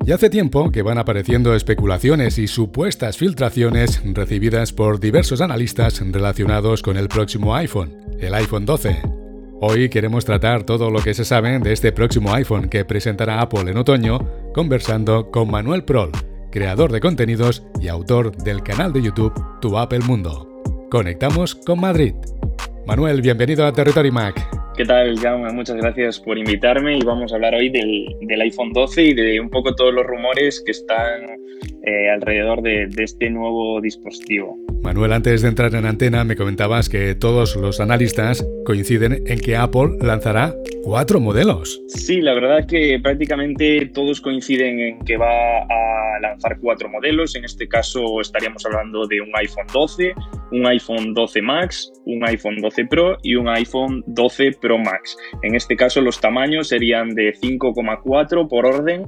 Y hace tiempo que van apareciendo especulaciones y supuestas filtraciones recibidas por diversos analistas relacionados con el próximo iPhone, el iPhone 12. Hoy queremos tratar todo lo que se sabe de este próximo iPhone que presentará Apple en otoño, conversando con Manuel Prol, creador de contenidos y autor del canal de YouTube Tu Apple Mundo. Conectamos con Madrid. Manuel, bienvenido a Territory Mac. ¿Qué tal, Jaume? Muchas gracias por invitarme y vamos a hablar hoy del iPhone 12 y de un poco todos los rumores que están alrededor de este nuevo dispositivo. Manuel, antes de entrar en antena me comentabas que todos los analistas coinciden en que Apple lanzará 4 modelos. Sí, la verdad que prácticamente todos coinciden en que va a lanzar 4 modelos. En este caso estaríamos hablando de un iPhone 12, un iPhone 12 Max, un iPhone 12 Pro y un iPhone 12 Pro Max. En este caso los tamaños serían de 5,4 por orden,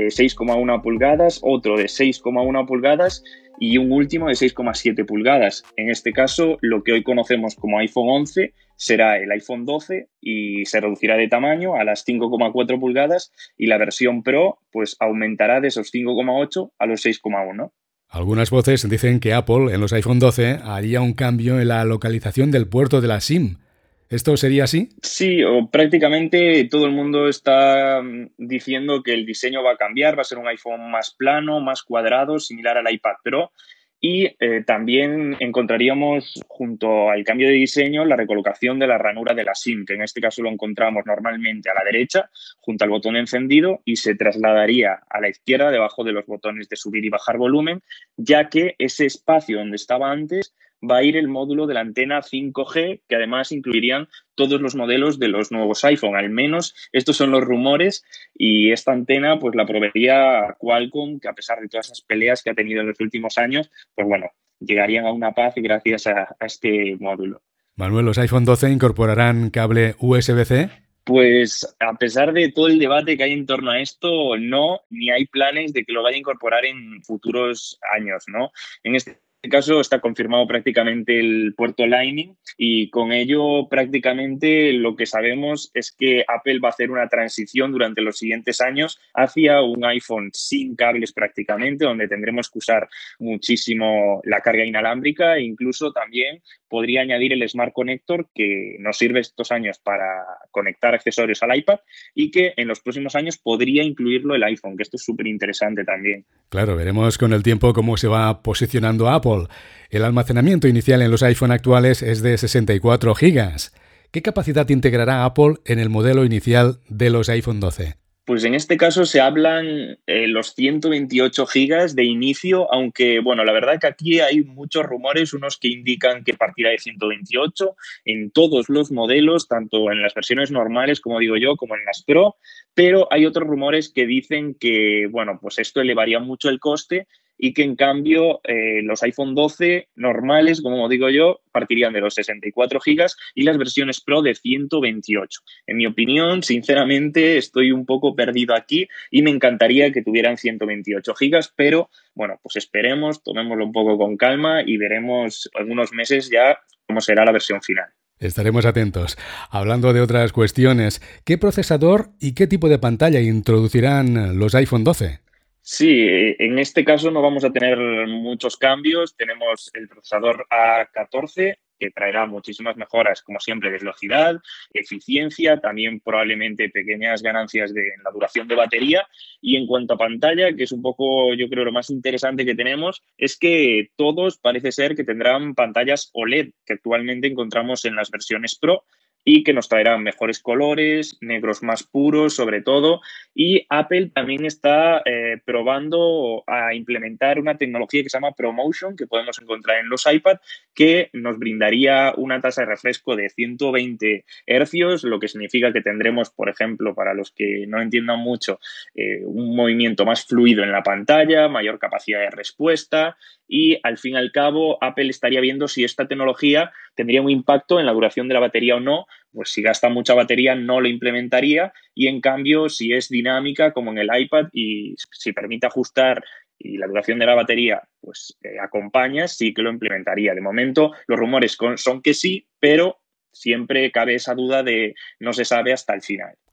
6,1 pulgadas, otro de 6,1 pulgadas y un último de 6,7 pulgadas. En este caso, lo que hoy conocemos como iPhone 11 será el iPhone 12 y se reducirá de tamaño a las 5,4 pulgadas y la versión Pro pues aumentará de esos 5,8 a los 6,1. Algunas voces dicen que Apple en los iPhone 12 haría un cambio en la localización del puerto de la SIM. ¿Esto sería así? Sí, o prácticamente todo el mundo está diciendo que el diseño va a cambiar, va a ser un iPhone más plano, más cuadrado, similar al iPad Pro. Y también encontraríamos junto al cambio de diseño la recolocación de la ranura de la SIM, que en este caso lo encontramos normalmente a la derecha, junto al botón encendido, y se trasladaría a la izquierda, debajo de los botones de subir y bajar volumen, ya que ese espacio donde estaba antes va a ir el módulo de la antena 5G, que además incluirían todos los modelos de los nuevos iPhone. Al menos estos son los rumores y esta antena pues la proveería Qualcomm, que a pesar de todas esas peleas que ha tenido en los últimos años, pues bueno, llegarían a una paz gracias a este módulo. Manuel, ¿los iPhone 12 incorporarán cable USB-C? Pues a pesar de todo el debate que hay en torno a esto, no, ni hay planes de que lo vaya a incorporar en futuros años, ¿no? En este caso está confirmado prácticamente el puerto Lightning y con ello prácticamente lo que sabemos es que Apple va a hacer una transición durante los siguientes años hacia un iPhone sin cables prácticamente, donde tendremos que usar muchísimo la carga inalámbrica e incluso también podría añadir el Smart Connector que nos sirve estos años para conectar accesorios al iPad y que en los próximos años podría incluirlo el iPhone, que esto es súper interesante también. Claro, veremos con el tiempo cómo se va posicionando Apple. El almacenamiento inicial en los iPhone actuales es de 64 GB. ¿Qué capacidad integrará Apple en el modelo inicial de los iPhone 12? Pues en este caso se hablan los 128 gigas de inicio, aunque bueno, la verdad que aquí hay muchos rumores, unos que indican que partirá de 128 en todos los modelos, tanto en las versiones normales, como digo yo, como en las Pro, pero hay otros rumores que dicen que, bueno, pues esto elevaría mucho el coste y que en cambio los iPhone 12 normales, como digo yo, partirían de los 64 gigas y las versiones Pro de 128. En mi opinión, sinceramente, estoy un poco perdido aquí y me encantaría que tuvieran 128 gigas, pero bueno, pues esperemos, tomémoslo un poco con calma y veremos en unos meses ya cómo será la versión final. Estaremos atentos. Hablando de otras cuestiones, ¿qué procesador y qué tipo de pantalla introducirán los iPhone 12? Sí, en este caso no vamos a tener muchos cambios. Tenemos el procesador A14 que traerá muchísimas mejoras, como siempre, de velocidad, eficiencia, también probablemente pequeñas ganancias en la duración de batería. Y en cuanto a pantalla, que es un poco, yo creo, lo más interesante que tenemos, es que todos parece ser que tendrán pantallas OLED, que actualmente encontramos en las versiones Pro, y que nos traerán mejores colores, negros más puros sobre todo, y Apple también está probando a implementar una tecnología que se llama ProMotion, que podemos encontrar en los iPad, que nos brindaría una tasa de refresco de 120 hercios, lo que significa que tendremos, por ejemplo, para los que no entiendan mucho, un movimiento más fluido en la pantalla, mayor capacidad de respuesta y, al fin y al cabo, Apple estaría viendo si esta tecnología tendría un impacto en la duración de la batería o no. Pues si gasta mucha batería no lo implementaría y, en cambio, si es dinámica como en el iPad y si permite ajustar y la duración de la batería pues acompaña, sí que lo implementaría. De momento los rumores son que sí, pero siempre cabe esa duda de no se sabe hasta el final.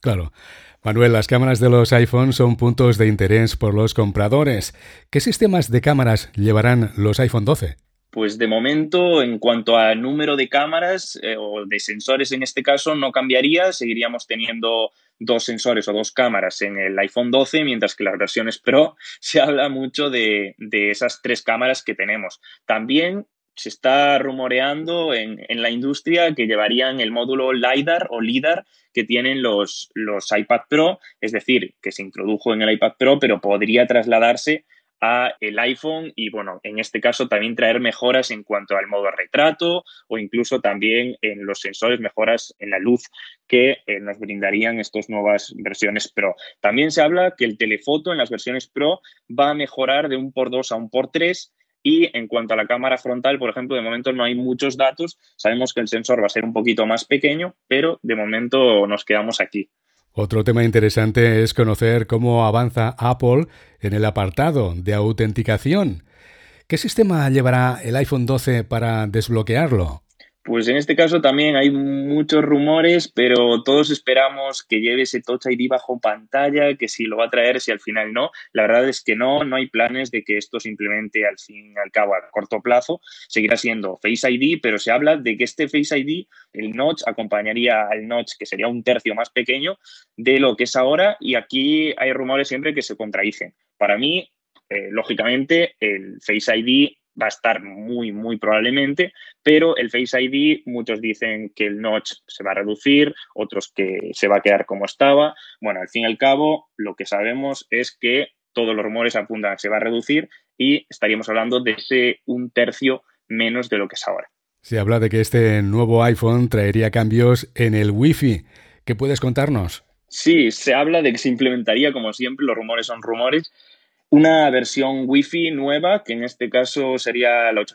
Claro. Manuel, las cámaras de los iPhone son puntos de interés por los compradores. ¿Qué sistemas de cámaras llevarán los iPhone 12? Pues de momento, en cuanto al número de cámaras o de sensores en este caso, no cambiaría. Seguiríamos teniendo dos sensores o dos cámaras en el iPhone 12, mientras que las versiones Pro se habla mucho de esas tres cámaras que tenemos. También se está rumoreando en la industria que llevarían el módulo LiDAR o LiDAR que tienen los iPad Pro, es decir, que se introdujo en el iPad Pro, pero podría trasladarse a el iPhone y, bueno, en este caso también traer mejoras en cuanto al modo retrato o incluso también en los sensores, mejoras en la luz que nos brindarían estas nuevas versiones Pro. También se habla que el telefoto en las versiones Pro va a mejorar de 1x2 a 1x3. Y en cuanto a la cámara frontal, por ejemplo, de momento no hay muchos datos. Sabemos que el sensor va a ser un poquito más pequeño, pero de momento nos quedamos aquí. Otro tema interesante es conocer cómo avanza Apple en el apartado de autenticación. ¿Qué sistema llevará el iPhone 12 para desbloquearlo? Pues en este caso también hay muchos rumores, pero todos esperamos que lleve ese Touch ID bajo pantalla, que si lo va a traer, si al final no. La verdad es que no hay planes de que esto se implemente al fin y al cabo a corto plazo. Seguirá siendo Face ID, pero se habla de que este Face ID, el notch, acompañaría al notch, que sería un tercio más pequeño de lo que es ahora, y aquí hay rumores siempre que se contradicen. Para mí, lógicamente, el Face ID va a estar muy probablemente, pero el Face ID, muchos dicen que el notch se va a reducir, otros que se va a quedar como estaba. Bueno, al fin y al cabo, lo que sabemos es que todos los rumores apuntan a que se va a reducir y estaríamos hablando de ese un tercio menos de lo que es ahora. Se habla de que este nuevo iPhone traería cambios en el Wi-Fi. ¿Qué puedes contarnos? Sí, se habla de que se implementaría, como siempre, los rumores son rumores, una versión Wi-Fi nueva, que en este caso sería la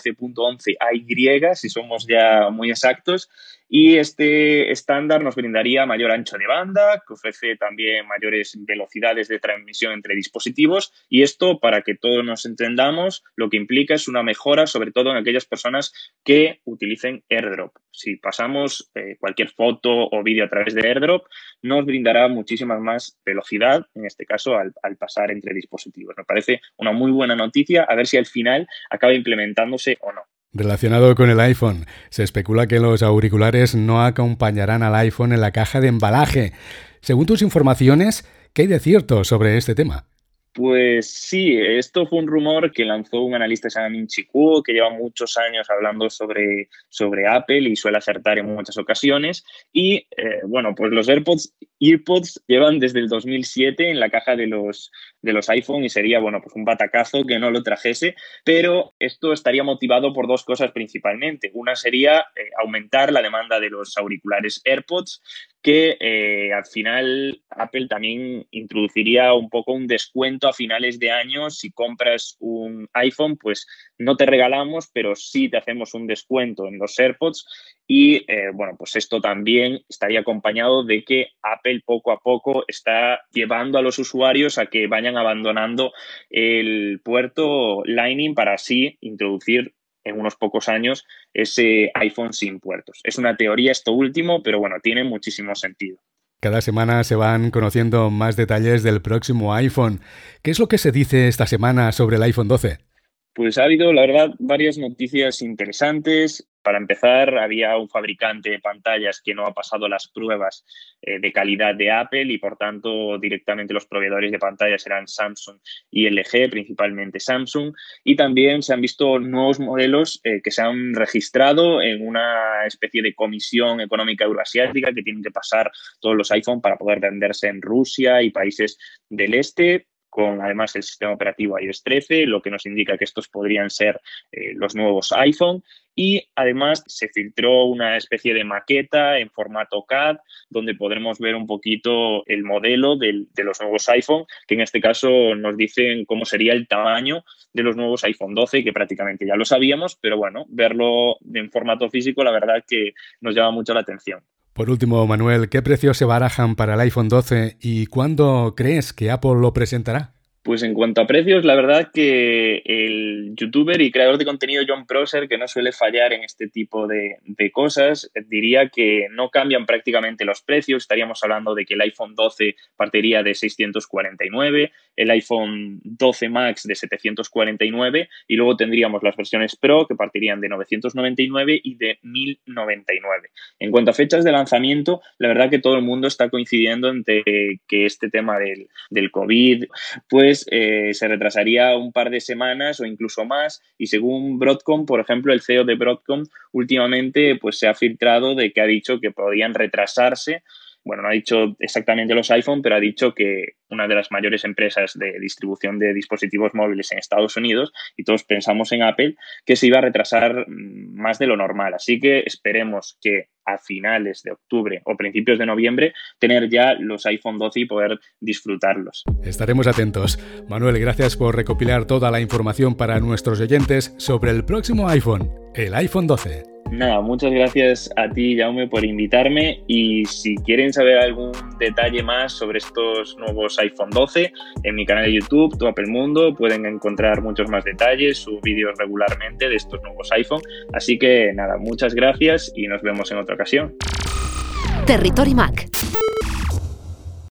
802.11ay, si somos ya muy exactos, y este estándar nos brindaría mayor ancho de banda, que ofrece también mayores velocidades de transmisión entre dispositivos, y esto, para que todos nos entendamos, lo que implica es una mejora, sobre todo en aquellas personas que utilicen AirDrop. Si pasamos cualquier foto o vídeo a través de AirDrop, nos brindará muchísima más velocidad, en este caso, al pasar entre dispositivos. Me parece una muy buena noticia, a ver si al final acaba implementándose o no. Relacionado con el iPhone, se especula que los auriculares no acompañarán al iPhone en la caja de embalaje. Según tus informaciones, ¿qué hay de cierto sobre este tema? Pues sí, esto fue un rumor que lanzó un analista que se llama Ming-Chi Kuo, que lleva muchos años hablando sobre Apple y suele acertar en muchas ocasiones. Y bueno, pues los AirPods llevan desde el 2007 en la caja de los iPhone y sería, bueno, pues un batacazo que no lo trajese, pero esto estaría motivado por dos cosas principalmente. Una sería aumentar la demanda de los auriculares AirPods, que al final Apple también introduciría un poco un descuento a finales de año. Si compras un iPhone, pues no te regalamos, pero sí te hacemos un descuento en los AirPods. Y bueno, pues esto también estaría acompañado de que Apple poco a poco está llevando a los usuarios a que vayan abandonando el puerto Lightning para así introducir en unos pocos años ese iPhone sin puertos. Es una teoría esto último, pero bueno, tiene muchísimo sentido. Cada semana se van conociendo más detalles del próximo iPhone. ¿Qué es lo que se dice esta semana sobre el iPhone 12? Pues ha habido, la verdad, varias noticias interesantes. Para empezar, había un fabricante de pantallas que no ha pasado las pruebas de calidad de Apple y, por tanto, directamente los proveedores de pantallas eran Samsung y LG, principalmente Samsung. Y también se han visto nuevos modelos que se han registrado en una especie de comisión económica euroasiática que tienen que pasar todos los iPhone para poder venderse en Rusia y países del este, con además el sistema operativo iOS 13, lo que nos indica que estos podrían ser los nuevos iPhone. Y además se filtró una especie de maqueta en formato CAD donde podremos ver un poquito el modelo de los nuevos iPhone, que en este caso nos dicen cómo sería el tamaño de los nuevos iPhone 12, que prácticamente ya lo sabíamos, pero bueno, verlo en formato físico la verdad que nos llama mucho la atención. Por último, Manuel, ¿qué precios se barajan para el iPhone 12 y cuándo crees que Apple lo presentará? Pues en cuanto a precios, la verdad que el youtuber y creador de contenido Jon Prosser, que no suele fallar en este tipo de cosas, diría que no cambian prácticamente los precios. Estaríamos hablando de que el iPhone 12 partiría de 649, el iPhone 12 Max de 749 y luego tendríamos las versiones Pro que partirían de 999 y de 1099. En cuanto a fechas de lanzamiento, la verdad que todo el mundo está coincidiendo entre que este tema del COVID pues se retrasaría un par de semanas o incluso más, y según Broadcom, por ejemplo, el CEO de Broadcom últimamente pues se ha filtrado de que ha dicho que podrían retrasarse. Bueno, no ha dicho exactamente los iPhone, pero ha dicho que una de las mayores empresas de distribución de dispositivos móviles en Estados Unidos, y todos pensamos en Apple, que se iba a retrasar más de lo normal. Así que esperemos que a finales de octubre o principios de noviembre tener ya los iPhone 12 y poder disfrutarlos. Estaremos atentos. Manuel, gracias por recopilar toda la información para nuestros oyentes sobre el próximo iPhone, el iPhone 12. Nada, muchas gracias a ti, Jaume, por invitarme, y si quieren saber algún detalle más sobre estos nuevos iPhone 12, en mi canal de YouTube, Tu Apple Mundo, pueden encontrar muchos más detalles, subo vídeos regularmente de estos nuevos iPhone, así que nada, muchas gracias y nos vemos en otra ocasión. Territory Mac.